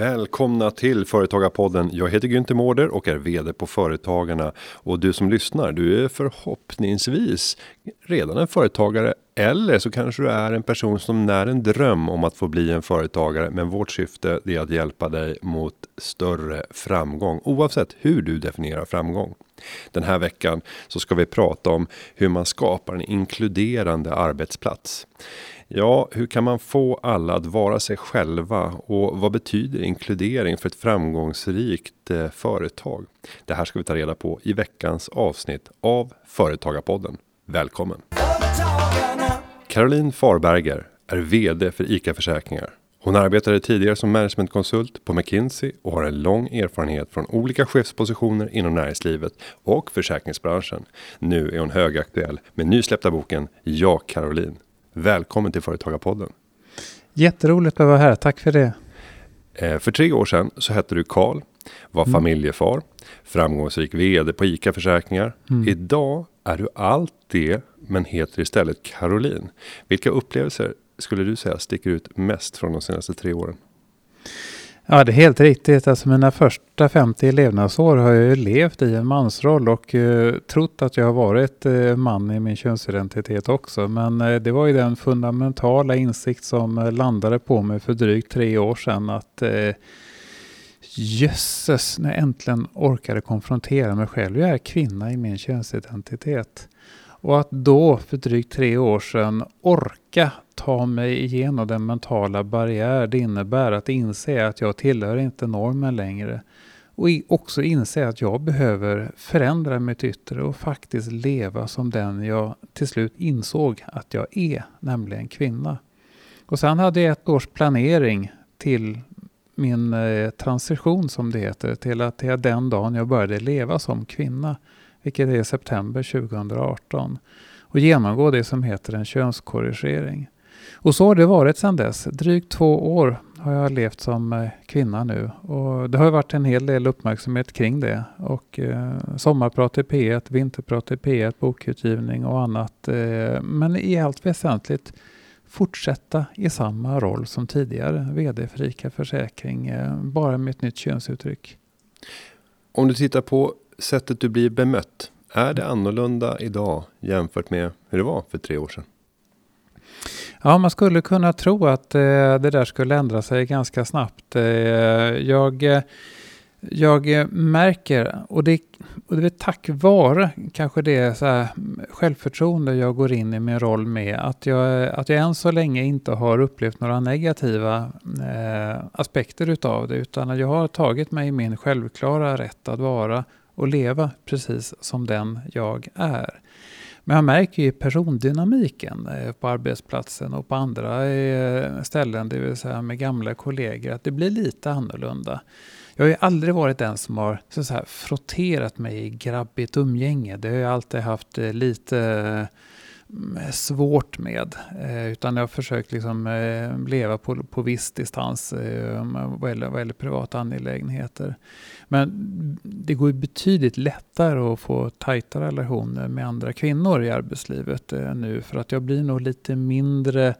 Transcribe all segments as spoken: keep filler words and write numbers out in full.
Välkomna till Företagarpodden. Jag heter Günther Mårder och är vd på Företagarna. Och du som lyssnar, du är förhoppningsvis redan en företagare. Eller så kanske du är en person som när en dröm om att få bli en företagare. Men vårt syfte är att hjälpa dig mot större framgång. Oavsett hur du definierar framgång. Den här veckan så ska vi prata om hur man skapar en inkluderande arbetsplats. Ja, hur kan man få alla att vara sig själva och vad betyder inkludering för ett framgångsrikt eh, företag? Det här ska vi ta reda på i veckans avsnitt av Företagarpodden. Välkommen! Caroline Farberger är vd för ICA Försäkringar. Hon arbetade tidigare som managementkonsult på McKinsey och har en lång erfarenhet från olika chefspositioner inom näringslivet och försäkringsbranschen. Nu är hon högaktuell med nysläppta boken Ja Caroline. Välkommen till Företagarpodden. Jätteroligt att vara här, tack för det. Eh, för tre år sedan så hette du Karl, var mm. familjefar, framgångsrik vd på ICA Försäkringar. Mm. Idag är du allt det men heter istället Caroline. Vilka upplevelser skulle du säga sticker ut mest från de senaste tre åren? Ja, det är helt riktigt. Alltså mina första femtio levnadsår har jag ju levt i en mansroll och uh, trott att jag har varit uh, man i min könsidentitet också. Men uh, det var ju den fundamentala insikt som uh, landade på mig för drygt tre år sedan att uh, jösses, när jag äntligen orkade konfrontera mig själv. Jag är kvinna i min könsidentitet. Och att då för drygt tre år sedan orka ta mig igenom den mentala barriär det innebär att inse att jag tillhör inte normen längre. Och också inse att jag behöver förändra mitt yttre och faktiskt leva som den jag till slut insåg att jag är, nämligen kvinna. Och sen hade jag ett års planering till min eh, transition som det heter, till att till den dagen jag började leva som kvinna. Vilket är september tjugoarton. Och genomgå det som heter en könskorrigering. Och så har det varit sedan dess. Drygt två år har jag levt som kvinna nu. Och det har varit en hel del uppmärksamhet kring det. Och eh, sommarprat i P ett, vinterprat i P ett, bokutgivning och annat. Eh, men i allt väsentligt fortsätta i samma roll som tidigare. Vd för ICA Försäkring. Eh, bara med ett nytt könsuttryck. Om du tittar på sättet du blir bemött, är det annorlunda idag jämfört med hur det var för tre år sedan? Ja, man skulle kunna tro att eh, det där skulle ändra sig ganska snabbt. Eh, jag, jag märker, och det, och det är tack vare kanske det så här, självförtroende jag går in i min roll med, att jag, att jag än så länge inte har upplevt några negativa eh, aspekter utav det, utan att jag har tagit mig min självklara rätt att vara och leva precis som den jag är. Men jag märker ju persondynamiken på arbetsplatsen och på andra ställen, det vill säga med gamla kollegor, att det blir lite annorlunda. Jag har ju aldrig varit den som har så att säga, frotterat mig i grabbigt umgänge. Det har jag alltid haft lite svårt med. Utan jag har försökt liksom leva på, på viss distans vad gäller, vad gäller privata angelägenheter. Men det går ju betydligt lättare att få tajta relationer med andra kvinnor i arbetslivet nu. För att jag blir nog lite mindre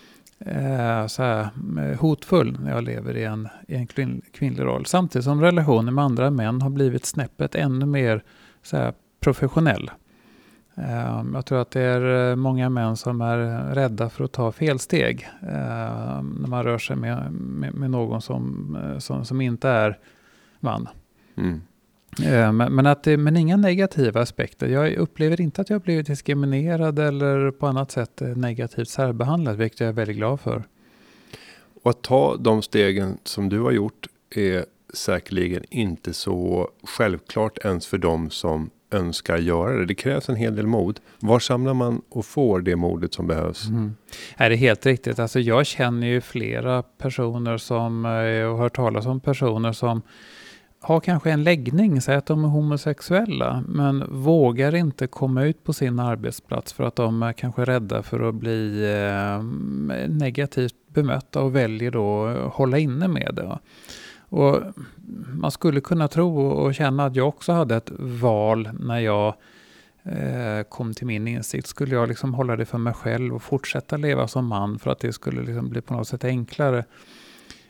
eh, så här, hotfull när jag lever i en, i en kvinn, kvinnlig roll. Samtidigt som relationer med andra män har blivit snäppet ännu mer så här, professionell. Eh, jag tror att det är många män som är rädda för att ta felsteg eh, när man rör sig med, med, med någon som, som, som inte är man. Mm. Men, men, att det, men inga negativa aspekter. Jag upplever inte att jag blivit diskriminerad eller på annat sätt negativt särbehandlad, vilket jag är väldigt glad för. Och att ta de stegen som du har gjort är säkerligen inte så självklart ens för dem som önskar göra det. Det krävs en hel del mod. Var samlar man och får det modet som behövs? Mm. Är det helt riktigt. Alltså jag känner ju flera personer som, och har hört talas om personer som har kanske en läggning, säg att de är homosexuella, men vågar inte komma ut på sin arbetsplats för att de är kanske rädda för att bli eh, negativt bemötta och väljer då att hålla inne med det. Och man skulle kunna tro och känna att jag också hade ett val när jag eh, kom till min insikt. Skulle jag liksom hålla det för mig själv och fortsätta leva som man för att det skulle liksom bli på något sätt enklare.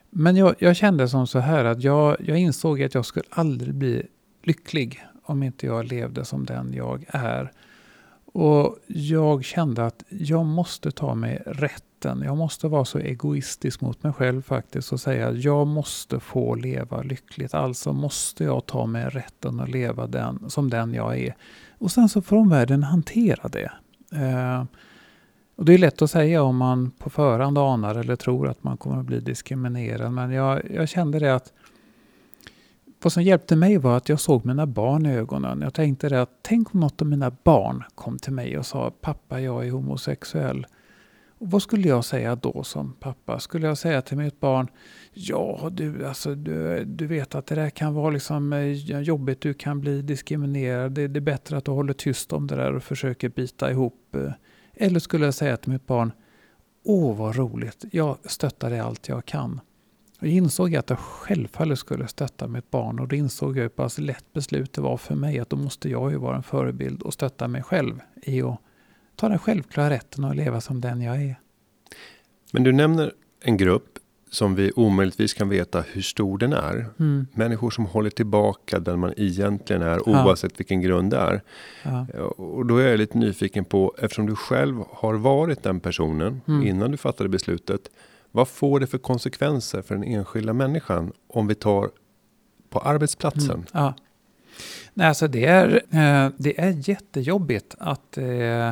Men jag, jag kände som så här att jag, jag insåg att jag skulle aldrig bli lycklig om inte jag levde som den jag är. Och jag kände att jag måste ta mig rätten. Jag måste vara så egoistisk mot mig själv faktiskt och säga att jag måste få leva lyckligt. Alltså måste jag ta mig rätten att leva den, som den jag är. Och sen så får omvärlden hantera det. Eh, och det är lätt att säga om man på förhand anar eller tror att man kommer att bli diskriminerad. Men jag, jag kände det att vad som hjälpte mig var att jag såg mina barn i ögonen. Jag tänkte det att tänk om något av mina barn kom till mig och sa pappa, jag är homosexuell. Och vad skulle jag säga då som pappa? Skulle jag säga till mitt barn, ja du, alltså, du, du vet att det där kan vara liksom jobbigt, du kan bli diskriminerad. Det, det är bättre att du håller tyst om det där och försöker bita ihop. Eller skulle jag säga till mitt barn, åh vad roligt, jag stöttar dig allt jag kan. Jag insåg att jag självfallet skulle stötta mitt barn och då insåg jag hur pass lätt beslut det var för mig att då måste jag ju vara en förebild och stötta mig själv i att ta den självklara rätten att leva som den jag är. Men du nämner en grupp som vi omöjligtvis kan veta hur stor den är. Mm. Människor som håller tillbaka den man egentligen är oavsett ja. vilken grund det är. Ja. Och då är jag lite nyfiken på, eftersom du själv har varit den personen mm. innan du fattade beslutet. Vad får det för konsekvenser för den enskilda människan om vi tar på arbetsplatsen? Mm, ja. Nej, alltså det, är, eh, det är jättejobbigt att eh,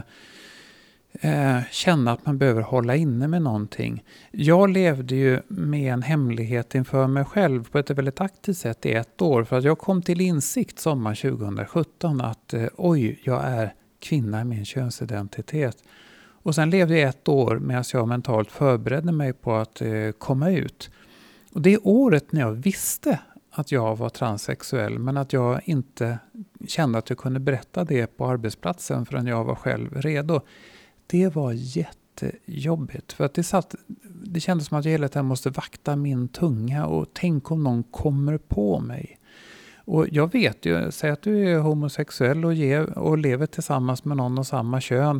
eh, känna att man behöver hålla inne med någonting. Jag levde ju med en hemlighet inför mig själv på ett väldigt aktivt sätt i ett år. För att jag kom till insikt sommar tjugosjutton att eh, oj, jag är kvinna i min könsidentitet. Och sen levde jag ett år medan jag mentalt förberedde mig på att eh, komma ut. Och det året när jag visste att jag var transsexuell men att jag inte kände att jag kunde berätta det på arbetsplatsen förrän jag var själv redo. Det var jättejobbigt. För att det, satt, det kändes som att jag hela tiden måste vakta min tunga och tänk om någon kommer på mig. Och jag vet ju, säg att du är homosexuell och, ge, och lever tillsammans med någon av samma kön.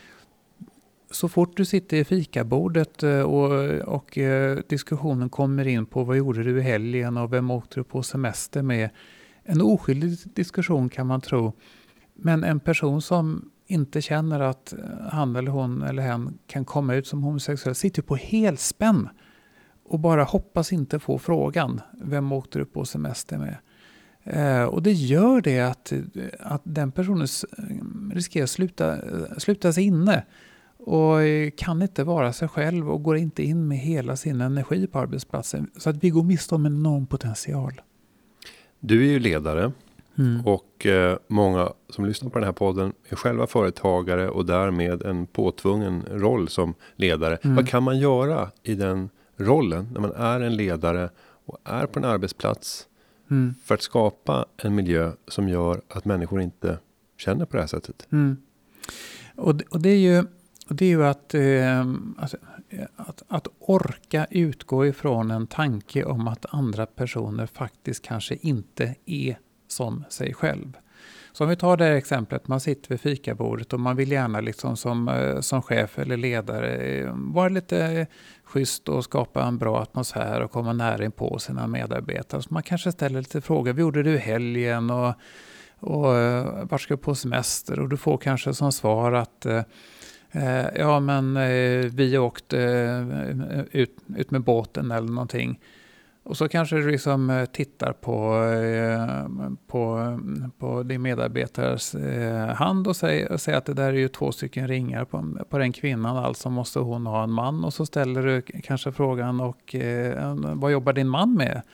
Så fort du sitter i fikabordet och, och diskussionen kommer in på vad gjorde du i helgen och vem åkte du på semester med. En oskyldig diskussion kan man tro. Men en person som inte känner att han eller hon eller hen kan komma ut som homosexuell sitter på helspänn och bara hoppas inte få frågan. Vem åkte du på semester med? Eh, och det gör det att, att den personen riskerar att sluta, sluta sig inne. Och kan inte vara sig själv och går inte in med hela sin energi på arbetsplatsen. Så att vi går miste om en enorm potential. Du är ju ledare mm. och eh, många som lyssnar på den här podden är själva företagare och därmed en påtvungen roll som ledare. Mm. Vad kan man göra i den rollen när man är en ledare och är på en arbetsplats mm. för att skapa en miljö som gör att människor inte känner på det här sättet? Mm. Och, det, och det är ju... Och det är ju att, eh, alltså, att, att orka utgå ifrån en tanke om att andra personer faktiskt kanske inte är som sig själv. Så om vi tar det här exemplet, man sitter vid fikabordet och man vill gärna liksom som, som chef eller ledare vara lite schysst och skapa en bra atmosfär och komma nära in på sina medarbetare. Så man kanske ställer lite frågor, vad gjorde du i helgen och, och vart ska du på semester? Och du får kanske som svar att ja, men vi åkte ut, ut med båten eller någonting. Och så kanske du liksom tittar på, på, på din medarbetares hand och säger, och säger att det där är ju två stycken ringar på, på den kvinnan. Alltså måste hon ha en man. Och så ställer du kanske frågan, och vad jobbar din man med?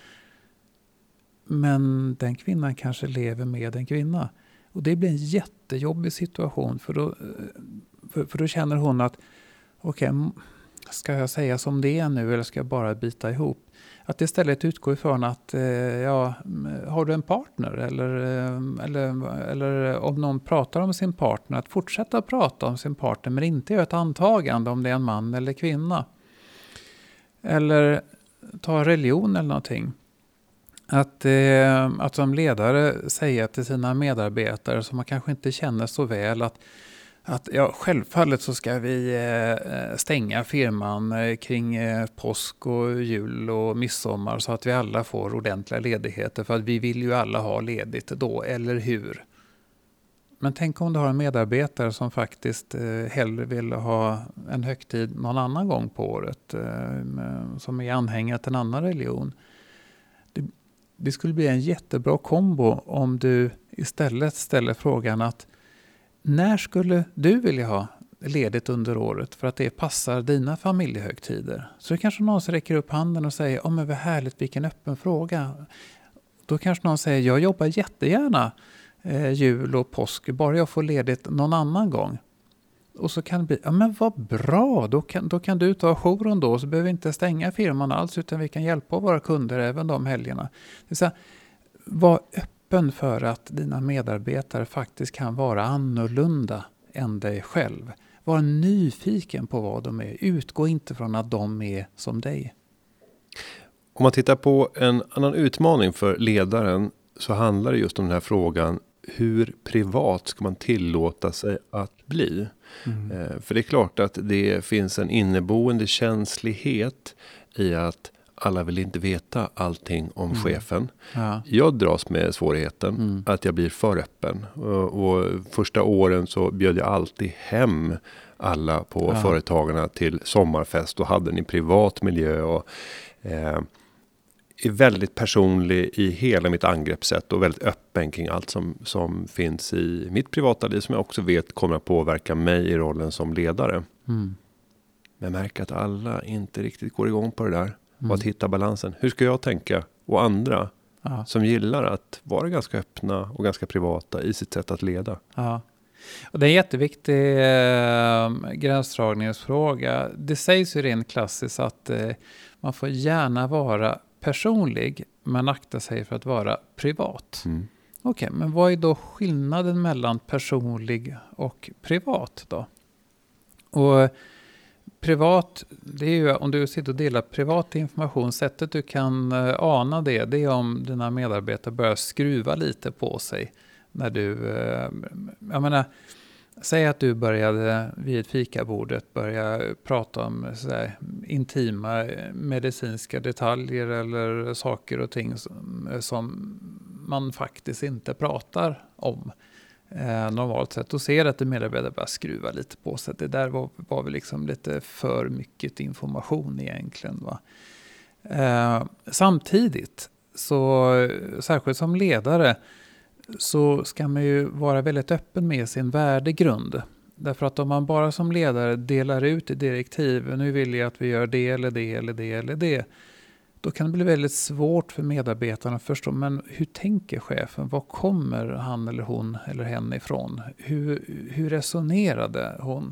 Men den kvinnan kanske lever med en kvinna. Och det blir en jättejobbig situation, för då, för, för då känner hon att okej, okay, ska jag säga som det är nu eller ska jag bara bita ihop? Att istället utgå ifrån att ja, har du en partner eller, eller, eller om någon pratar om sin partner, att fortsätta prata om sin partner men inte göra ett antagande om det är en man eller kvinna. Eller ta religion eller någonting. Att, eh, att som ledare säga till sina medarbetare som man kanske inte känner så väl att Att, ja, självfallet så ska vi eh, stänga firman eh, kring eh, påsk och jul och midsommar så att vi alla får ordentliga ledigheter. För att vi vill ju alla ha ledigt då, eller hur? Men tänk om du har en medarbetare som faktiskt eh, hellre vill ha en högtid någon annan gång på året. Eh, som är anhängare till en annan religion. Det, det skulle bli en jättebra kombo om du istället ställer frågan att när skulle du vilja ha ledigt under året för att det passar dina familjehögtider? Så det kanske någon som räcker upp handen och säger, ja men vad härligt, vilken öppen fråga. Då kanske någon säger, jag jobbar jättegärna eh, jul och påsk, bara jag får ledigt någon annan gång. Och så kan det bli, ja men vad bra, då kan, då kan du ta jouren då, så behöver vi inte stänga firman alls, utan vi kan hjälpa våra kunder även de helgerna. Det vill säga, var öppen för att dina medarbetare faktiskt kan vara annorlunda än dig själv. Var nyfiken på vad de är. Utgå inte från att de är som dig. Om man tittar på en annan utmaning för ledaren så handlar det just om den här frågan. Hur privat ska man tillåta sig att bli? Mm. Eh, för det är klart att det finns en inneboende känslighet i att alla vill inte veta allting om mm. chefen. Ja. Jag dras med svårigheten mm. att jag blir för öppen. Och, och första åren så bjöd jag alltid hem alla på ja. företagarna till sommarfest och hade en privat miljö och eh, är väldigt personlig i hela mitt angreppssätt och väldigt öppen kring allt som, som finns i mitt privata liv som jag också vet kommer att påverka mig i rollen som ledare. Mm. Men jag märker att alla inte riktigt går igång på det där. Mm. Och att hitta balansen. Hur ska jag tänka? Och andra ja. som gillar att vara ganska öppna och ganska privata i sitt sätt att leda. Ja. Och det är en jätteviktig eh, gränsdragningsfråga. Det sägs ju rent klassiskt att eh, man får gärna vara personlig men akta sig för att vara privat. Mm. Okej, okay, men vad är då skillnaden mellan personlig och privat då? Och privat, det är ju om du sitter och delar privat information, sättet du kan uh, ana det, det är om dina medarbetare börjar skruva lite på sig. När du, uh, jag menar, säg att du började vid fikabordet börja prata om sådär, intima medicinska detaljer eller saker och ting som, som man faktiskt inte pratar om. Eh, normalt sett och ser att det medarbetare bara skruva lite på sig. Det där var, var väl liksom lite för mycket information egentligen. Va? Eh, samtidigt, så särskilt som ledare, så ska man ju vara väldigt öppen med sin värdegrund. Därför att om man bara som ledare delar ut i direktiv, nu vill jag att vi gör det eller det eller det eller det, då kan det bli väldigt svårt för medarbetarna att förstå, men hur tänker chefen? Var kommer han eller hon eller henne ifrån? Hur, hur resonerade hon?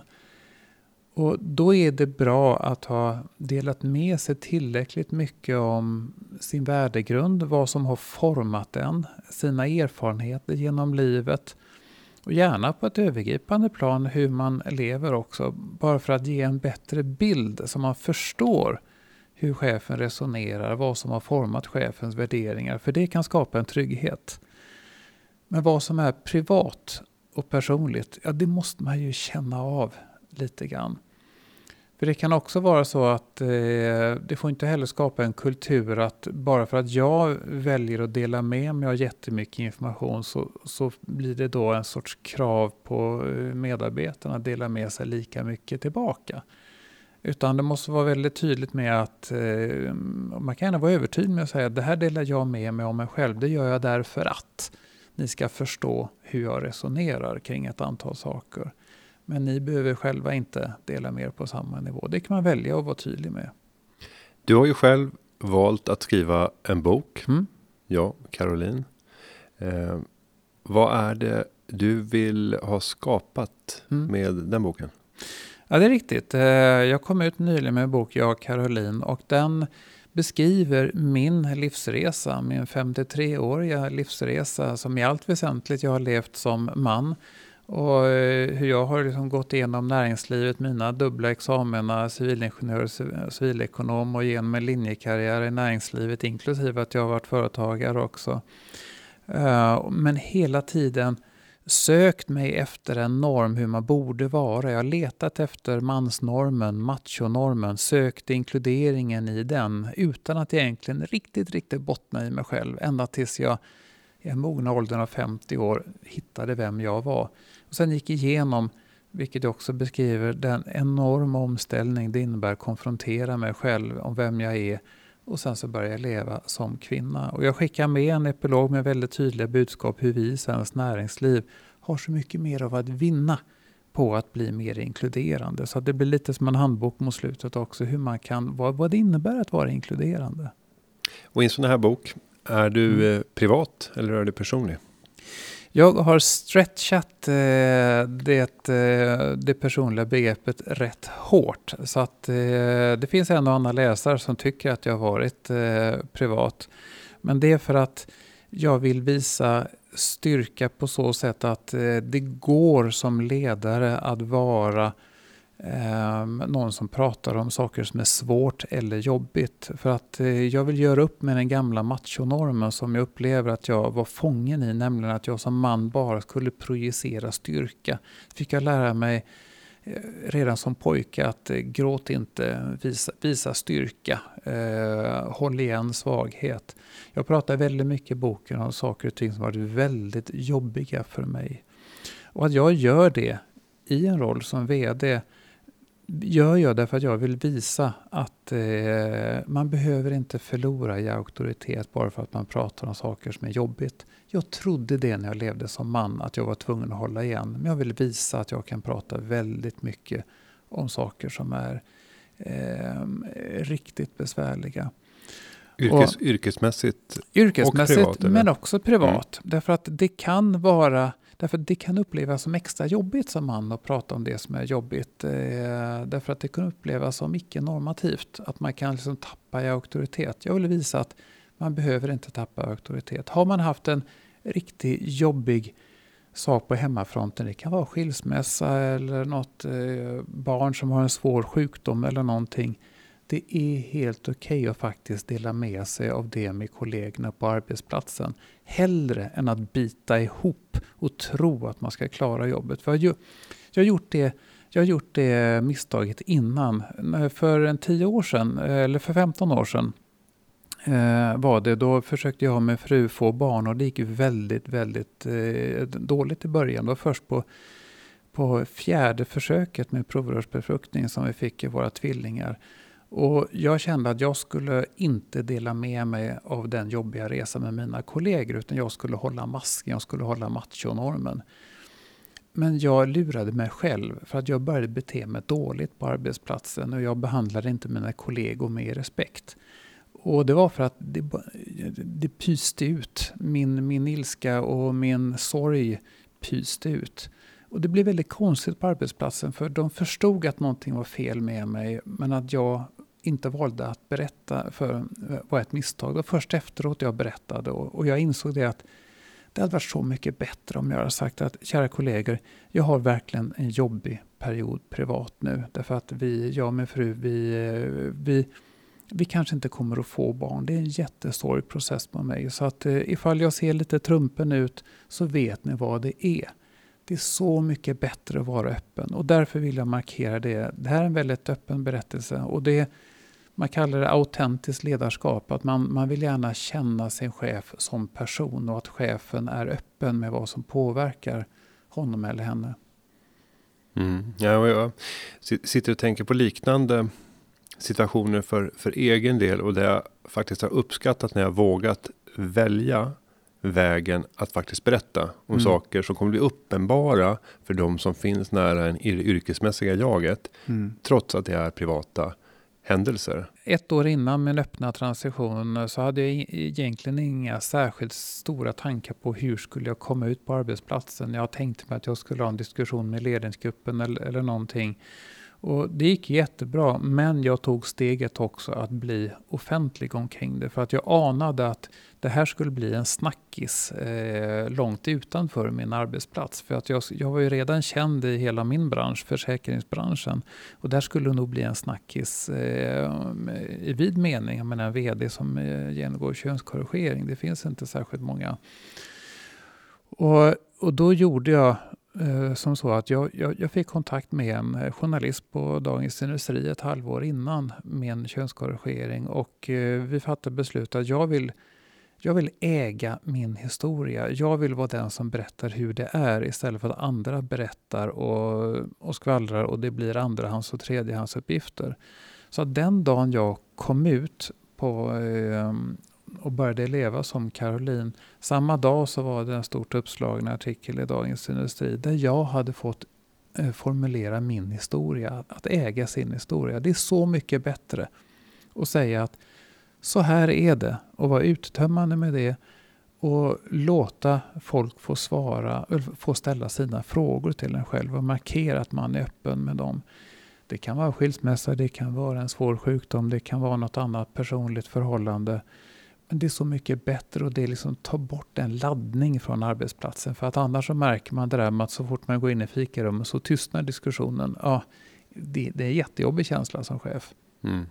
Och då är det bra att ha delat med sig tillräckligt mycket om sin värdegrund, vad som har format den, sina erfarenheter genom livet och gärna på ett övergripande plan hur man lever också, bara för att ge en bättre bild så man förstår hur chefen resonerar, vad som har format chefens värderingar. För det kan skapa en trygghet. Men vad som är privat och personligt, ja det måste man ju känna av lite grann. För det kan också vara så att eh, det får inte heller skapa en kultur att bara för att jag väljer att dela med mig av jättemycket information så, så blir det då en sorts krav på medarbetarna att dela med sig lika mycket tillbaka. Utan det måste vara väldigt tydligt med att eh, man kan gärna vara övertydlig med att säga att det här delar jag med mig om mig själv. Det gör jag därför att ni ska förstå hur jag resonerar kring ett antal saker. Men ni behöver själva inte dela mer på samma nivå. Det kan man välja att vara tydlig med. Du har ju själv valt att skriva en bok. Mm. Ja, Caroline. Eh, vad är det du vill ha skapat mm. med den boken? Ja, det är riktigt. Jag kom ut nyligen med en bok, Jag Caroline, och den beskriver min livsresa, min femtiotre-åriga livsresa som i allt väsentligt jag har levt som man och hur jag har liksom gått igenom näringslivet, mina dubbla examina, civilingenjör och civilekonom och genom en linjekarriär i näringslivet inklusive att jag har varit företagare också. Men hela tiden sökt mig efter en norm hur man borde vara. Jag har letat efter mansnormen, machonormen, sökt inkluderingen i den utan att egentligen riktigt, riktigt bottna i mig själv. Ända tills jag i en mogna åldern av femtio år hittade vem jag var. Och sen gick igenom, vilket jag också beskriver, den enorma omställning det innebär att konfrontera mig själv om vem jag är. Och sen så började jag leva som kvinna. Och jag skickar med en epilog med väldigt tydliga budskap hur vi i svenskt näringsliv har så mycket mer av att vinna på att bli mer inkluderande. Så att det blir lite som en handbok mot slutet också. Hur man kan, vad, vad det innebär att vara inkluderande. Och i en sån här bok, är du mm. privat eller är du personlig? Jag har stretchat eh, det, eh, det personliga begreppet rätt hårt. Så att eh, det finns en och annan läsare som tycker att jag har varit eh, privat. Men det är för att jag vill visa styrka på så sätt att eh, det går som ledare att vara eh, någon som pratar om saker som är svårt eller jobbigt. För att eh, jag vill göra upp med den gamla machonormen som jag upplever att jag var fången i. Nämligen att jag som man bara skulle projicera styrka. Fick jag lära mig eh, redan som pojke att eh, gråt inte, visa, visa styrka. Eh, håll igen svaghet. Jag pratar väldigt mycket i boken om saker och ting som varit väldigt jobbiga för mig. Och att jag gör det i en roll som vd gör jag därför att jag vill visa att eh, man behöver inte förlora i auktoritet bara för att man pratar om saker som är jobbigt. Jag trodde det när jag levde som man, att jag var tvungen att hålla igen. Men jag vill visa att jag kan prata väldigt mycket om saker som är eh, riktigt besvärliga. Yrkes, och, yrkesmässigt, yrkesmässigt och privat? Men också privat. Mm. Därför att det kan vara... Därför att det kan upplevas som extra jobbigt som man att prata om det som är jobbigt. Eh, därför att det kan upplevas som icke-normativt. Att man kan liksom tappa i auktoritet. Jag vill visa att man behöver inte tappa auktoritet. Har man haft en riktigt jobbig sak på hemmafronten. Det kan vara skilsmässa eller något eh, barn som har en svår sjukdom eller någonting. Det är helt okej okay att faktiskt dela med sig av det med kollegorna på arbetsplatsen. Hellre än att bita ihop och tro att man ska klara jobbet. För jag, jag, har gjort det, jag har gjort det misstaget innan. För en tio år sedan, eller för femton år sedan eh, var det. Då försökte jag med fru få barn och det gick väldigt, väldigt eh, dåligt i början. Det var först på, på fjärde försöket med provrörsbefruktning som vi fick i våra tvillingar. Och jag kände att jag skulle inte dela med mig av den jobbiga resan med mina kollegor utan jag skulle hålla masken, jag skulle hålla machonormen. Men jag lurade mig själv för att jag började bete mig dåligt på arbetsplatsen och jag behandlade inte mina kollegor med respekt. Och det var för att det, det pyste ut, min, min ilska och min sorg pyste ut. Och det blev väldigt konstigt på arbetsplatsen för de förstod att någonting var fel med mig men att jag inte valde att berätta för var ett misstag. Det var först efteråt jag berättade och, och jag insåg det att det hade varit så mycket bättre om jag hade sagt att kära kollegor, jag har verkligen en jobbig period privat nu. Därför att vi, jag och min fru, vi, vi, vi kanske inte kommer att få barn. Det är en jättesorg process på mig. Så att ifall jag ser lite trumpen ut så vet ni vad det är. Det är så mycket bättre att vara öppen och därför vill jag markera det. Det här är en väldigt öppen berättelse och det, man kallar det autentiskt ledarskap. Att man, man vill gärna känna sin chef som person och att chefen är öppen med vad som påverkar honom eller henne. Mm. Ja, jag sitter och tänker på liknande situationer för, för egen del och det jag faktiskt har uppskattat när jag vågat välja vägen att faktiskt berätta om mm. saker som kommer bli uppenbara för de som finns nära en yrkesmässiga jaget mm. trots att det är privata händelser. Ett år innan min öppna transition så hade jag egentligen inga särskilt stora tankar på hur skulle jag komma ut på arbetsplatsen. Jag tänkte mig att jag skulle ha en diskussion med ledningsgruppen eller, eller någonting. Och det gick jättebra, men jag tog steget också att bli offentlig omkring det. För att jag anade att det här skulle bli en snackis eh, långt utanför min arbetsplats. För att jag, jag var ju redan känd i hela min bransch, försäkringsbranschen. Och där skulle nog bli en snackis eh, i vid mening. Men en vd som eh, genomgår könskorrigering, det finns inte särskilt många. Och, och då gjorde jag eh, som så att jag, jag, jag fick kontakt med en journalist på Dagens Industri ett halvår innan min könskorrigering. Och eh, vi fattade beslut att jag vill, jag vill äga min historia. Jag vill vara den som berättar hur det är istället för att andra berättar och, och skvallrar och det blir andrahands- och tredjehandsuppgifter. Så att den dagen jag kom ut på, eh, och började leva som Caroline, samma dag så var det en stort uppslagen artikel i Dagens Industri där jag hade fått eh, formulera min historia, att äga sin historia. Det är så mycket bättre att säga att så här är det och vara uttömmande med det och låta folk få svara, få ställa sina frågor till en själv och markera att man är öppen med dem. Det kan vara skilsmässa, det kan vara en svår sjukdom, det kan vara något annat personligt förhållande. Men det är så mycket bättre och det är liksom ta bort en laddning från arbetsplatsen. För att annars så märker man det där med att så fort man går in i fikarummet så tystnar diskussionen. Ja, det, det är en jättejobbig känsla som chef. Mm.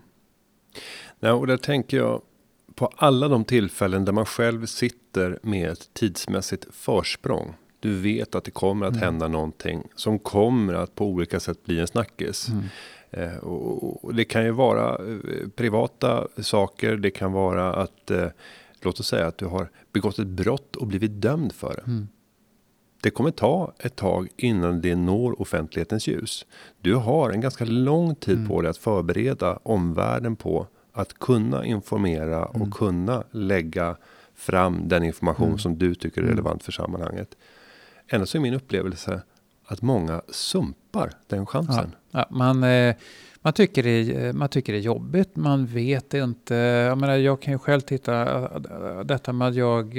Nej, och där tänker jag på alla de tillfällen där man själv sitter med ett tidsmässigt försprång. Du vet att det kommer att mm. hända någonting som kommer att på olika sätt bli en snackis. Mm. Eh, och, och det kan ju vara eh, privata saker. Det kan vara att, eh, låt oss säga att du har begått ett brott och blivit dömd för det. Mm. Det kommer ta ett tag innan det når offentlighetens ljus. Du har en ganska lång tid mm. på dig att förbereda omvärlden på att kunna informera mm. och kunna lägga fram den information mm. som du tycker är relevant för sammanhanget. Ändå så är min upplevelse att många sumpar den chansen. Ja, ja, man, eh, man, tycker det, man tycker det är jobbigt. Man vet inte. Jag menar, jag kan ju själv titta. Detta med att jag,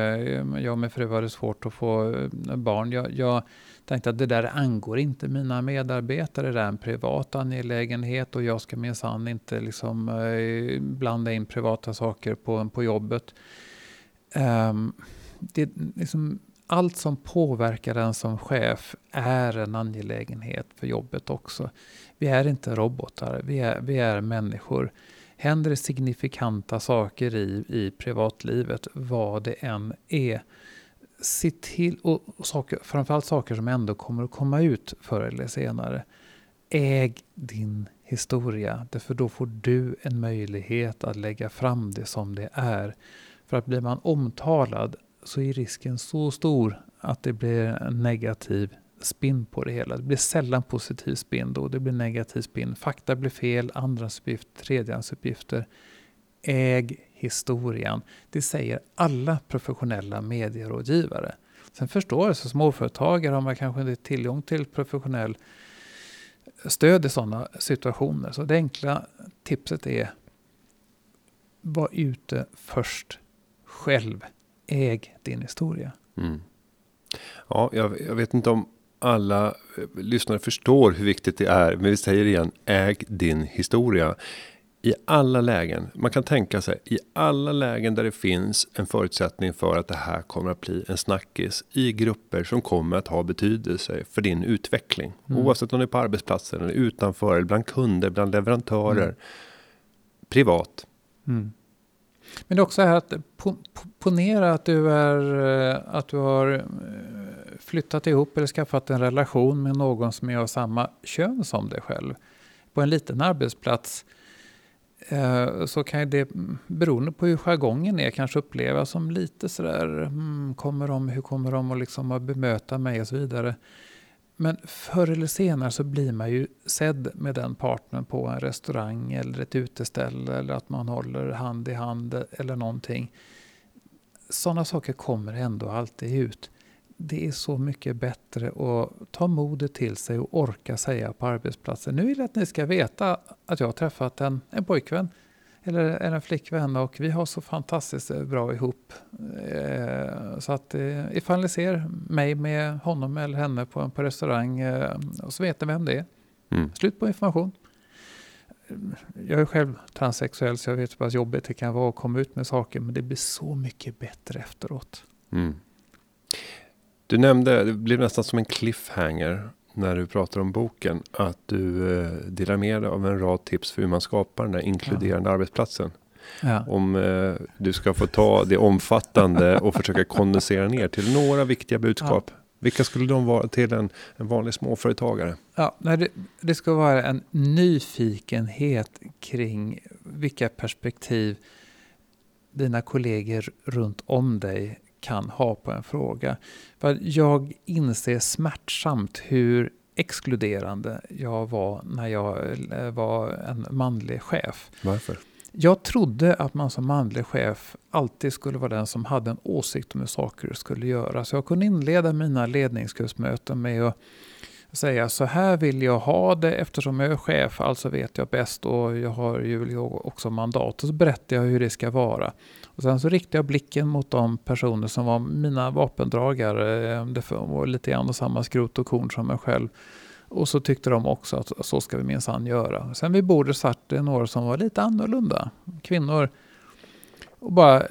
jag med fru hade svårt att få barn. Jag, jag tänkte att det där angår inte mina medarbetare. Det är en privat angelägenhet. Och jag ska minsann inte liksom, eh, blanda in privata saker på, på jobbet. Um, det liksom... Allt som påverkar den som chef är en angelägenhet för jobbet också. Vi är inte robotar, vi är, vi är människor. Händer det signifikanta saker i, i privatlivet, vad det än är, se till, och, och saker, framförallt saker som ändå kommer att komma ut förr eller senare. Äg din historia, därför då får du en möjlighet att lägga fram det som det är. För att blir man omtalad så är risken så stor att det blir en negativ spin på det hela. Det blir sällan positiv spin då, det blir negativ spin. Fakta blir fel, andrahandsuppgifter, tredjehandsuppgifter. Äg historien. Det säger alla professionella medierådgivare. Sen förstår jag, så småföretagare har man kanske inte tillgång till professionell stöd i sådana situationer. Så det enkla tipset är: var ute först själv. Äg din historia. Mm. Ja, jag, jag vet inte om alla eh, lyssnare förstår hur viktigt det är. Men vi säger igen, äg din historia. I alla lägen, man kan tänka sig, i alla lägen där det finns en förutsättning för att det här kommer att bli en snackis i grupper som kommer att ha betydelse för din utveckling. Mm. Oavsett om det är på arbetsplatsen eller utanför, eller bland kunder, bland leverantörer. Mm. Privat. Mm. Men det är också här att po- ponera att du, är, att du har flyttat ihop eller skaffat en relation med någon som är av samma kön som dig själv. På en liten arbetsplats eh, så kan det, beroende på hur jargongen är, kanske upplevas som lite sådär, hmm, kommer de, hur kommer de att, liksom att bemöta mig och så vidare. Men förr eller senare så blir man ju sedd med den partnern på en restaurang eller ett uteställe, eller att man håller hand i hand eller någonting. Sådana saker kommer ändå alltid ut. Det är så mycket bättre att ta modet till sig och orka säga på arbetsplatsen: nu vill jag att ni ska veta att jag har träffat en, en pojkvän eller en flickvän och vi har så fantastiskt bra ihop. Eh, så att eh, ifall ni ser mig med honom eller henne på, på restaurang eh, så vet ni vem det är. Mm. Slut på information. Jag är själv transsexuell så jag vet vad jobbigt det kan vara att komma ut med saker, men det blir så mycket bättre efteråt. Mm. Du nämnde, det blev nästan som en cliffhanger när du pratar om boken, att du eh, delar med dig av en rad tips för hur man skapar den där inkluderande ja. arbetsplatsen. Ja. Om eh, du ska få ta det omfattande och försöka kondensera ner till några viktiga budskap. Ja. Vilka skulle de vara till en, en vanlig småföretagare? Ja, nej, det, det ska vara en nyfikenhet kring vilka perspektiv dina kollegor runt om dig kan ha på en fråga. För jag inser smärtsamt hur exkluderande jag var när jag var en manlig chef. Varför? Jag trodde att man som manlig chef alltid skulle vara den som hade en åsikt om hur saker skulle göras. Så jag kunde inleda mina ledningsgruppsmöten med att säga så här vill jag ha det eftersom jag är chef, alltså vet jag bäst och jag har ju också mandat. Och så berättar jag hur det ska vara. Och sen så riktade jag blicken mot de personer som var mina vapendragare. Det var lite grann samma skrot och korn som mig själv. Och så tyckte de också att så ska vi minsann göra. Sen vid bordet satt det några som var lite annorlunda. Kvinnor. Och bara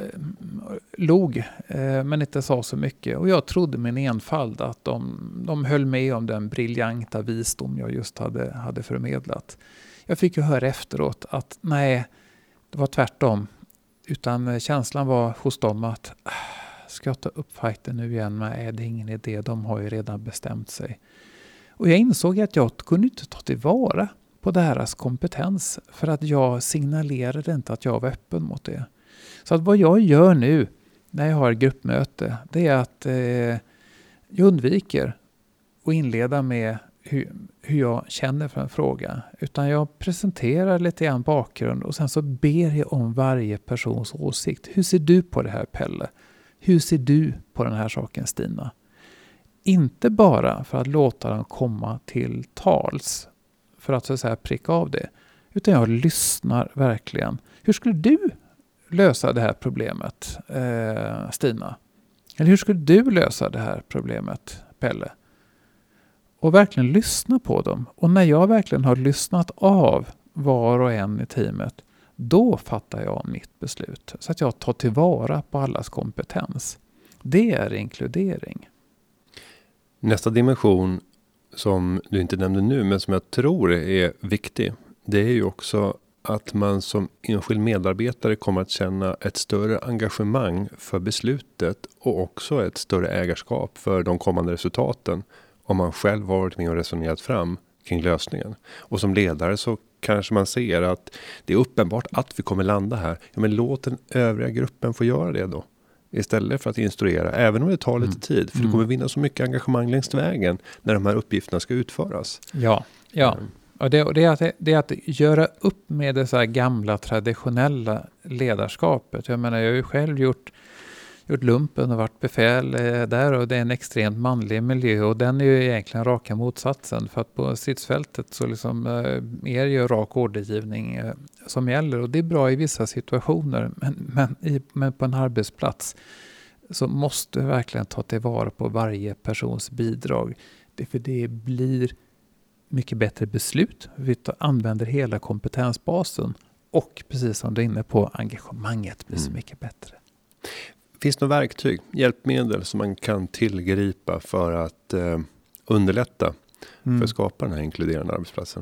log men inte sa så mycket. Och jag trodde min enfald att de, de höll med om den briljanta visdom jag just hade, hade förmedlat. Jag fick ju höra efteråt att nej, det var tvärtom. Utan känslan var hos dem att ska jag ta upp fighten nu igen? Nej, det är ingen idé. De har ju redan bestämt sig. Och jag insåg att jag kunde inte ta tillvara på deras kompetens. För att jag signalerade inte att jag var öppen mot det. Så att vad jag gör nu när jag har gruppmöte, det är att eh, jag undviker att inleda med hur, hur jag känner för en fråga. Utan jag presenterar lite grann bakgrund och sen så ber jag om varje persons åsikt. Hur ser du på det här, Pelle? Hur ser du på den här saken, Stina? Inte bara för att låta dem komma till tals för att så att säga pricka av det. Utan jag lyssnar verkligen. Hur skulle du lösa det här problemet, eh, Stina? Eller hur skulle du lösa det här problemet, Pelle? Och verkligen lyssna på dem. Och när jag verkligen har lyssnat av var och en i teamet, då fattar jag mitt beslut. Så att jag tar tillvara på allas kompetens. Det är inkludering. Nästa dimension som du inte nämnde nu, men som jag tror är viktig, det är ju också att man som enskild medarbetare kommer att känna ett större engagemang för beslutet och också ett större ägarskap för de kommande resultaten om man själv har varit med och resonerat fram kring lösningen. Och som ledare så kanske man ser att det är uppenbart att vi kommer landa här. Ja, men låt den övriga gruppen få göra det då. Istället för att instruera, även om det tar lite mm. tid. För mm. du kommer vinna så mycket engagemang längs vägen när de här uppgifterna ska utföras. Ja, ja. Mm. Och det, och det, är att, det är att göra upp med det så här gamla traditionella ledarskapet. Jag menar, jag har ju själv gjort, gjort lumpen och varit befäl eh, där och det är en extremt manlig miljö och den är ju egentligen raka motsatsen. För att på stridsfältet så liksom, eh, är det ju rak ordergivning eh, som gäller och det är bra i vissa situationer. Men, men, i, men på en arbetsplats så måste vi verkligen ta tillvara på varje persons bidrag. Det, för det blir mycket bättre beslut. Vi använder hela kompetensbasen och precis som du är inne på, engagemanget blir så mm. mycket bättre. Finns det några verktyg, hjälpmedel som man kan tillgripa för att eh, underlätta mm. för att skapa den här inkluderande arbetsplatsen?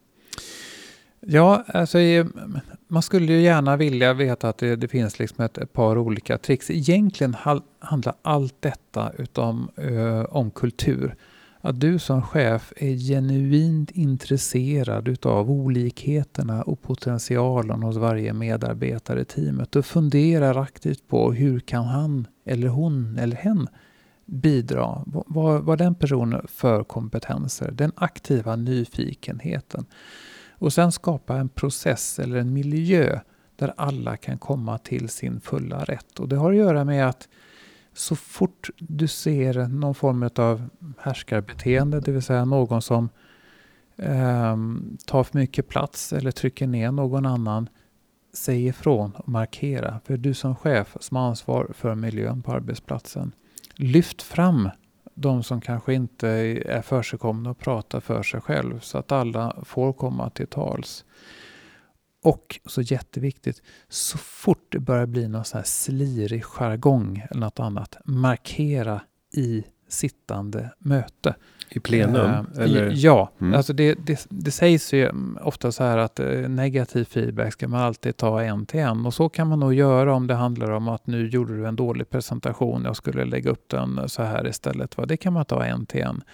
Ja, alltså man skulle ju gärna vilja veta att det, det finns liksom ett, ett par olika tricks. Egentligen hal, handlar allt detta utom, ö, om kultur. Att du som chef är genuint intresserad utav olikheterna och potentialen hos varje medarbetare i teamet och funderar aktivt på hur kan han eller hon eller hen bidra. Vad, vad den personen för kompetenser, den aktiva nyfikenheten. Och sen skapa en process eller en miljö där alla kan komma till sin fulla rätt. Och det har att göra med att så fort du ser någon form av härskarbeteende, det vill säga någon som eh, tar för mycket plats eller trycker ner någon annan, säg ifrån och markera. För du som chef som har ansvar för miljön på arbetsplatsen, lyft fram de som kanske inte är försigkomna och pratar för sig själv så att alla får komma till tals. Och så jätteviktigt, så fort det börjar bli någon sån här slirig jargong eller något annat, markera i sittande möte. I plenum? Eh, eller? Ja, mm. alltså det, det, det sägs ju ofta så här att eh, negativ feedback ska man alltid ta en till en. Och så kan man nog göra om det handlar om att nu gjorde du en dålig presentation. Jag skulle lägga upp den så här istället. Va? Det kan man ta en till en.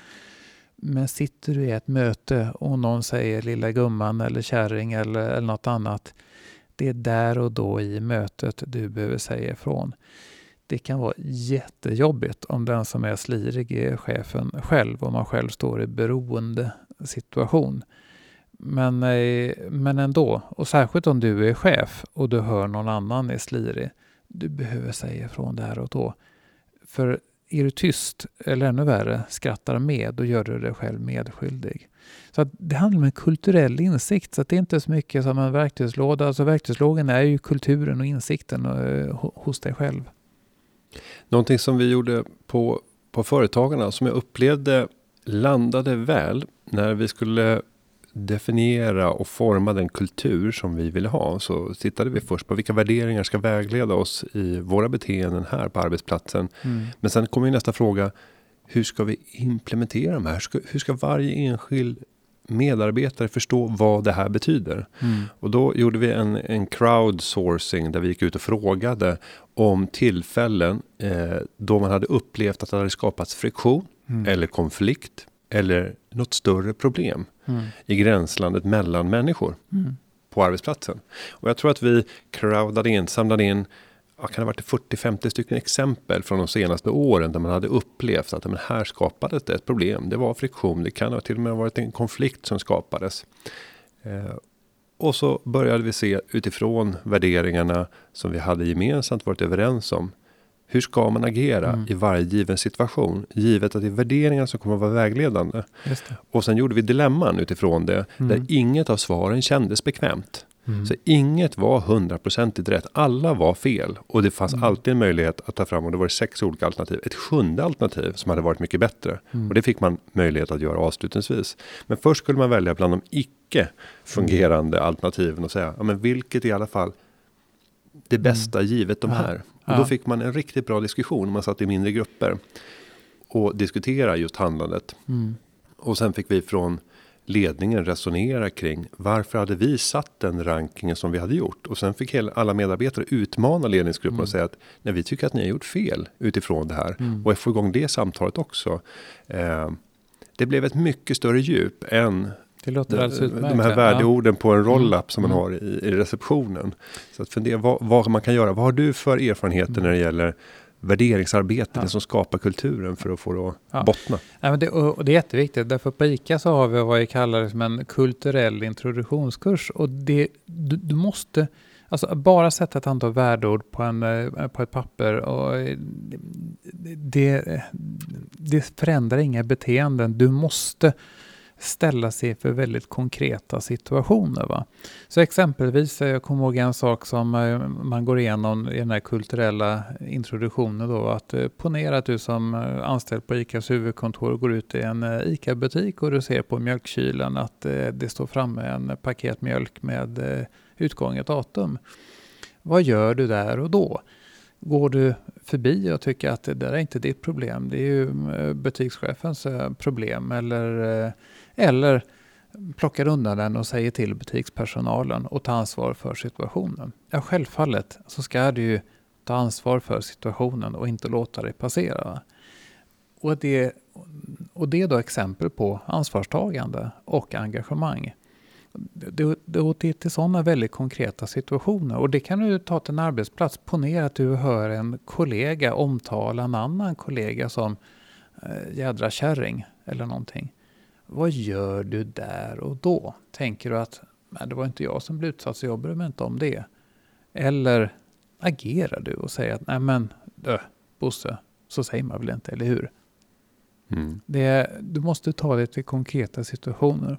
Men sitter du i ett möte och någon säger lilla gumman eller kärring eller, eller något annat. Det är där och då i mötet du behöver säga ifrån. Det kan vara jättejobbigt om den som är slirig är chefen själv och man själv står i beroende situation. Men, men ändå, och särskilt om du är chef och du hör någon annan är slirig. Du behöver säga ifrån där och då. För är du tyst eller ännu värre skrattar med, då gör du dig själv medskyldig. Så att det handlar om en kulturell insikt, så att det är inte så mycket som en verktygslåda. Alltså verktygslådan är ju kulturen och insikten hos dig själv. Någonting som vi gjorde på, på Företagarna som jag upplevde landade väl när vi skulle definiera och forma den kultur som vi ville ha, så tittade vi först på vilka värderingar ska vägleda oss i våra beteenden här på arbetsplatsen. Mm. Men sen kommer ju nästa fråga, hur ska vi implementera de här? Hur ska, hur ska varje enskild medarbetare förstå vad det här betyder? Mm. Och då gjorde vi en, en crowdsourcing där vi gick ut och frågade om tillfällen eh, då man hade upplevt att det hade skapats friktion mm. eller konflikt eller något större problem mm. i gränslandet mellan människor mm. på arbetsplatsen. Och jag tror att vi crowdade in, samlade in, ja, kan det ha varit fyrtio till femtio stycken exempel från de senaste åren där man hade upplevt att men här skapades det ett problem. Det var friktion, det kan ha till och med varit en konflikt som skapades. Eh, och så började vi se utifrån värderingarna som vi hade gemensamt varit överens om. Hur ska man agera mm. i varje given situation? Givet att det är värderingar som kommer att vara vägledande. Just det. Och sen gjorde vi dilemman utifrån det. Mm. Där inget av svaren kändes bekvämt. Mm. Så inget var hundraprocentigt rätt. Alla var fel. Och det fanns mm. alltid en möjlighet att ta fram. Och det var sex olika alternativ. Ett sjunde alternativ som hade varit mycket bättre. Mm. Och det fick man möjlighet att göra avslutningsvis. Men först skulle man välja bland de icke fungerande mm. alternativen. Och säga, ja, men vilket är i alla fall det bästa mm. givet de ja. här. Och då fick man en riktigt bra diskussion. Man satt i mindre grupper och diskuterade just handlandet. Mm. Och sen fick vi från ledningen resonera kring varför hade vi satt den rankingen som vi hade gjort. Och sen fick hela, alla medarbetare utmana ledningsgruppen mm. och säga att nej, vi tycker att ni har gjort fel utifrån det här. Mm. Och få igång det samtalet också. Eh, det blev ett mycket större djup än det låter de, alltså de här värdeorden ja. på en roll-up som man mm. har i, i receptionen. Så att fundera vad, vad man kan göra. Vad har du för erfarenheter mm. när det gäller värderingsarbete, ja. det som skapar kulturen för att få det att ja. bottna? Ja, men det, och det är jätteviktigt. Därför på ICA så har vi vad vi kallar som en kulturell introduktionskurs. Och det, du, du måste alltså bara sätta ett antal värdeord på, en, på ett papper. Och det, det förändrar inga beteenden. Du måste ställa sig för väldigt konkreta situationer. Va? Så exempelvis, jag kommer ihåg en sak som man går igenom i den här kulturella introduktionen. Då, att ponera att du som anställd på ICAs huvudkontor går ut i en ICA-butik och du ser på mjölkkylen att det står framme en paket mjölk med utgånget datum. Vad gör du där och då? Går du förbi och tycker att det där är inte ditt problem, det är ju butikschefens problem, eller, eller plockar undan den och säger till butikspersonalen och ta ansvar för situationen. Ja, självfallet så ska du ju ta ansvar för situationen och inte låta det passera. Och det, och det är då exempel på ansvarstagande och engagemang. Det, det, det är till sådana väldigt konkreta situationer. Och det kan du ta till en arbetsplats. Ponera att du hör en kollega omtala en annan kollega som eh, jädra kärring eller någonting. Vad gör du där och då? Tänker du att nej, det var inte jag som blev utsatt så jag bryr mig inte om det? Eller agerar du och säger att nej men dö, Bosse, så säger man väl inte, eller hur? Mm. Det, du måste ta det till konkreta situationer.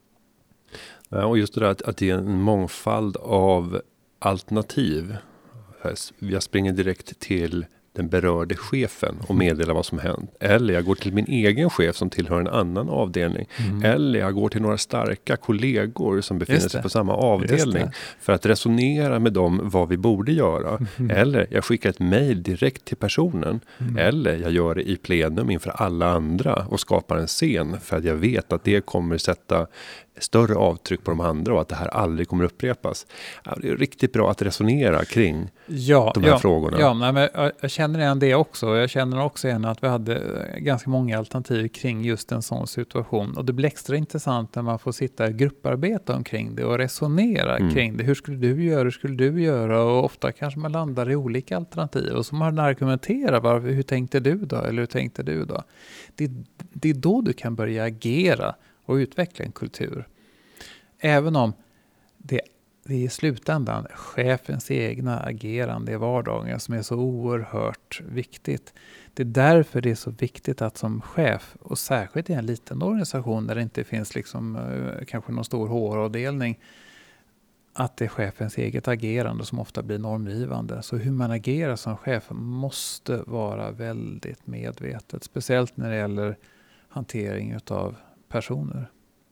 Ja, och just det där att, att det är en mångfald av alternativ. Jag springer direkt till den berörde chefen och meddelar vad som hänt. Eller jag går till min egen chef som tillhör en annan avdelning. Mm. Eller jag går till några starka kollegor som befinner sig på samma avdelning för att resonera med dem vad vi borde göra. Mm. Eller jag skickar ett mejl direkt till personen. Mm. Eller jag gör det i plenum inför alla andra och skapar en scen för att jag vet att det kommer sätta större avtryck på de andra och att det här aldrig kommer upprepas. Ja, det är riktigt bra att resonera kring ja, de här ja, frågorna. Ja, nej, men jag, jag känner igen det också. Jag känner också igen att vi hade ganska många alternativ kring just en sån situation. Och det blir extra intressant när man får sitta i grupparbete omkring det och resonera mm. kring det. Hur skulle du göra? Hur skulle du göra? Och ofta kanske man landar i olika alternativ. Och så man argumenterar, varför, hur tänkte du då? Eller hur tänkte du då? Det, det är då du kan börja agera och utveckla en kultur. Även om det, det är i slutändan chefens egna agerande i vardagen som är så oerhört viktigt. Det är därför det är så viktigt att som chef, och särskilt i en liten organisation där det inte finns liksom, kanske någon stor H R-avdelning, att det är chefens eget agerande som ofta blir normgivande. Så hur man agerar som chef måste vara väldigt medvetet. Speciellt när det gäller hantering av personer.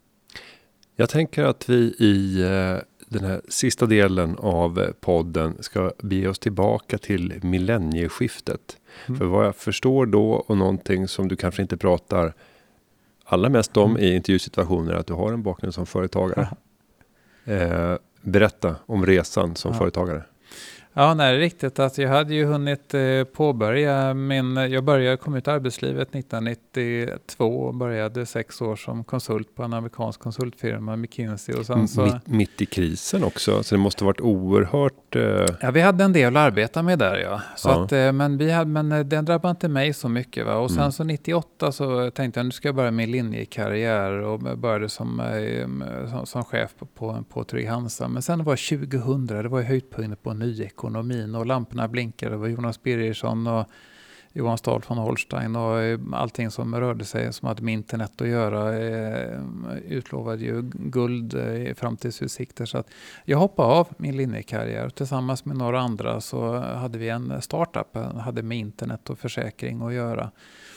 Jag tänker att vi i eh, den här sista delen av podden ska bege oss tillbaka till millennieskiftet. Mm. För vad jag förstår då och någonting som du kanske inte pratar allra mest om mm. i intervjusituationer är att du har en bakgrund som företagare. Eh, berätta om resan som ja. företagare. Ja, nej, det är riktigt. Alltså, jag hade ju hunnit eh, påbörja min... Jag började komma ut i arbetslivet nittonhundranittiotvå och började sex år som konsult på en amerikansk konsultfirma, McKinsey. Och sen så, mitt, mitt i krisen också, så det måste varit oerhört... Eh... Ja, vi hade en del att arbeta med där, ja. Så ja. Att, eh, men, vi hade, men den drabbade inte mig så mycket. Va? Och sen mm. så nittioåtta så tänkte jag, nu ska jag börja min linjekarriär och började som, eh, som, som chef på, på, på Trygg-Hansa. Men sen var det tjugohundra, det var ju höjdpunkten på ny ekonomi. Ekonomin och lamporna blinkade. Det var Jonas Birgersson och Johan Stahl von Holstein och allting som rörde sig som hade med internet att göra eh, utlovade ju guld i framtidsutsikter. Så att jag hoppade av min linjekarriär. Tillsammans med några andra så hade vi en startup, hade med internet och försäkring att göra.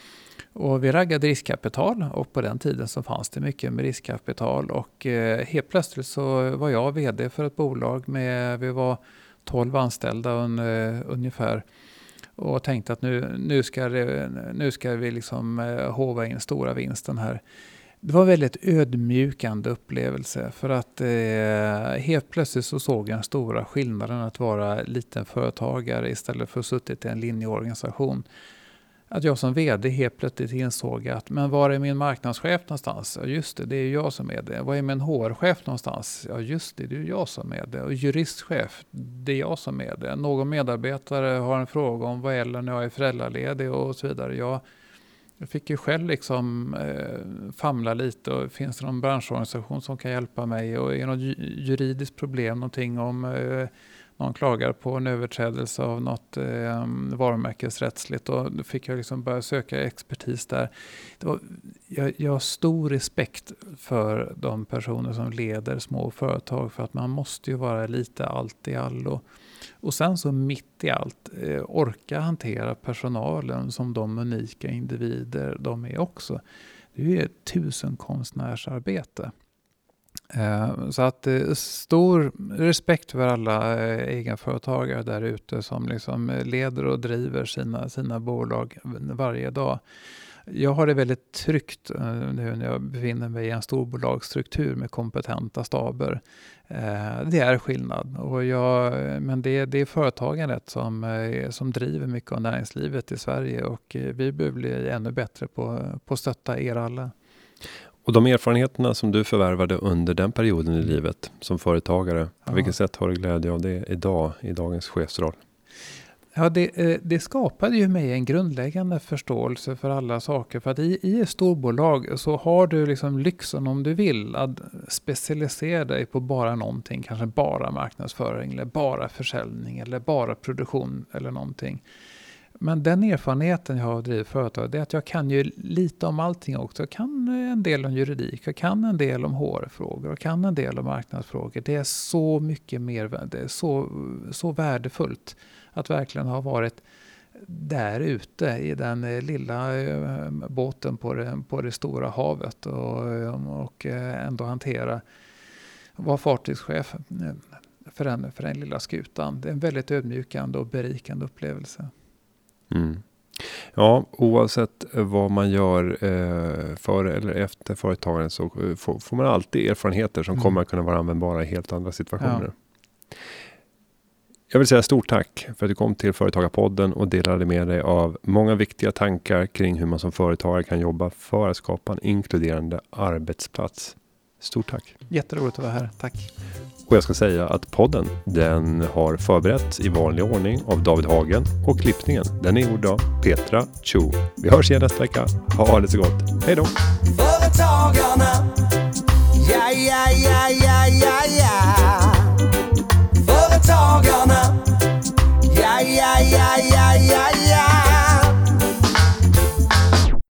Och vi raggade riskkapital och på den tiden så fanns det mycket med riskkapital och eh, helt plötsligt så var jag vd för ett bolag med, vi var tolv anställda un, uh, ungefär och tänkte att nu, nu, ska, det, nu ska vi liksom uh, hova in stora vinsten här. Det var en väldigt ödmjukande upplevelse för att uh, helt plötsligt så såg jag den stora skillnaden att vara liten företagare istället för att suttit i en linjeorganisation. Att jag som vd helt plötsligt insåg att men var är min marknadschef någonstans? Ja just det, det är jag som är det. Var är min H R-chef någonstans? Ja just det, det är jag som är det. Och juristchef, det är jag som är det. Någon medarbetare har en fråga om vad gäller när jag är föräldraledig och så vidare. Jag, jag fick ju själv liksom eh, famla lite och finns det någon branschorganisation som kan hjälpa mig och är det något juridiskt problem, någonting om eh, någon klagar på en överträdelse av något eh, varumärkesrättsligt och då fick jag liksom börja söka expertis där. Det var, jag, jag har stor respekt för de personer som leder små företag för att man måste ju vara lite allt i allo. Och sen så mitt i allt eh, orka hantera personalen som de unika individer de är också. Det är ju ett tusenkonstnärsarbete. Så att stor respekt för alla egenföretagare där ute som liksom leder och driver sina, sina bolag varje dag. Jag har det väldigt tryggt nu när jag befinner mig i en storbolagsstruktur med kompetenta staber. Det är skillnad. Och jag, men det, det är företagandet som, som driver mycket av näringslivet i Sverige och vi behöver bli ännu bättre på, på att stötta er alla. Och de erfarenheterna som du förvärvade under den perioden i livet som företagare, på ja. vilket sätt har du glädje av det idag i dagens chefsroll? Ja, det, det skapade ju mig en grundläggande förståelse för alla saker. För att i, i ett storbolag så har du liksom lyxen om du vill att specialisera dig på bara någonting. Kanske bara marknadsföring eller bara försäljning eller bara produktion eller någonting. Men den erfarenheten jag har av drivit företag är att jag kan ju lite om allting också. Jag kan en del om juridik, jag kan en del om H R-frågor, jag kan en del om marknadsfrågor. Det är så mycket mer, det är så, så värdefullt att verkligen ha varit där ute i den eh, lilla eh, båten på det, på det stora havet och, och eh, ändå hantera, vara fartygschef för den, för den lilla skutan. Det är en väldigt ödmjukande och berikande upplevelse. Mm. Ja, oavsett vad man gör eh, före eller efter företagandet så får, får man alltid erfarenheter som mm. kommer att kunna vara användbara i helt andra situationer. Ja. Jag vill säga stort tack för att du kom till Företagarpodden och delade med dig av många viktiga tankar kring hur man som företagare kan jobba för att skapa en inkluderande arbetsplats. Stort tack. Jätteroligt att vara här. Tack. Och jag ska säga att podden, den har förberetts i vanlig ordning av David Hagen och klippningen, den är gjord av Petra Chu. Vi hörs igen nästa vecka. Ha det så gott. Hej då! Företagarna, ja, ja, ja, ja, ja, ja.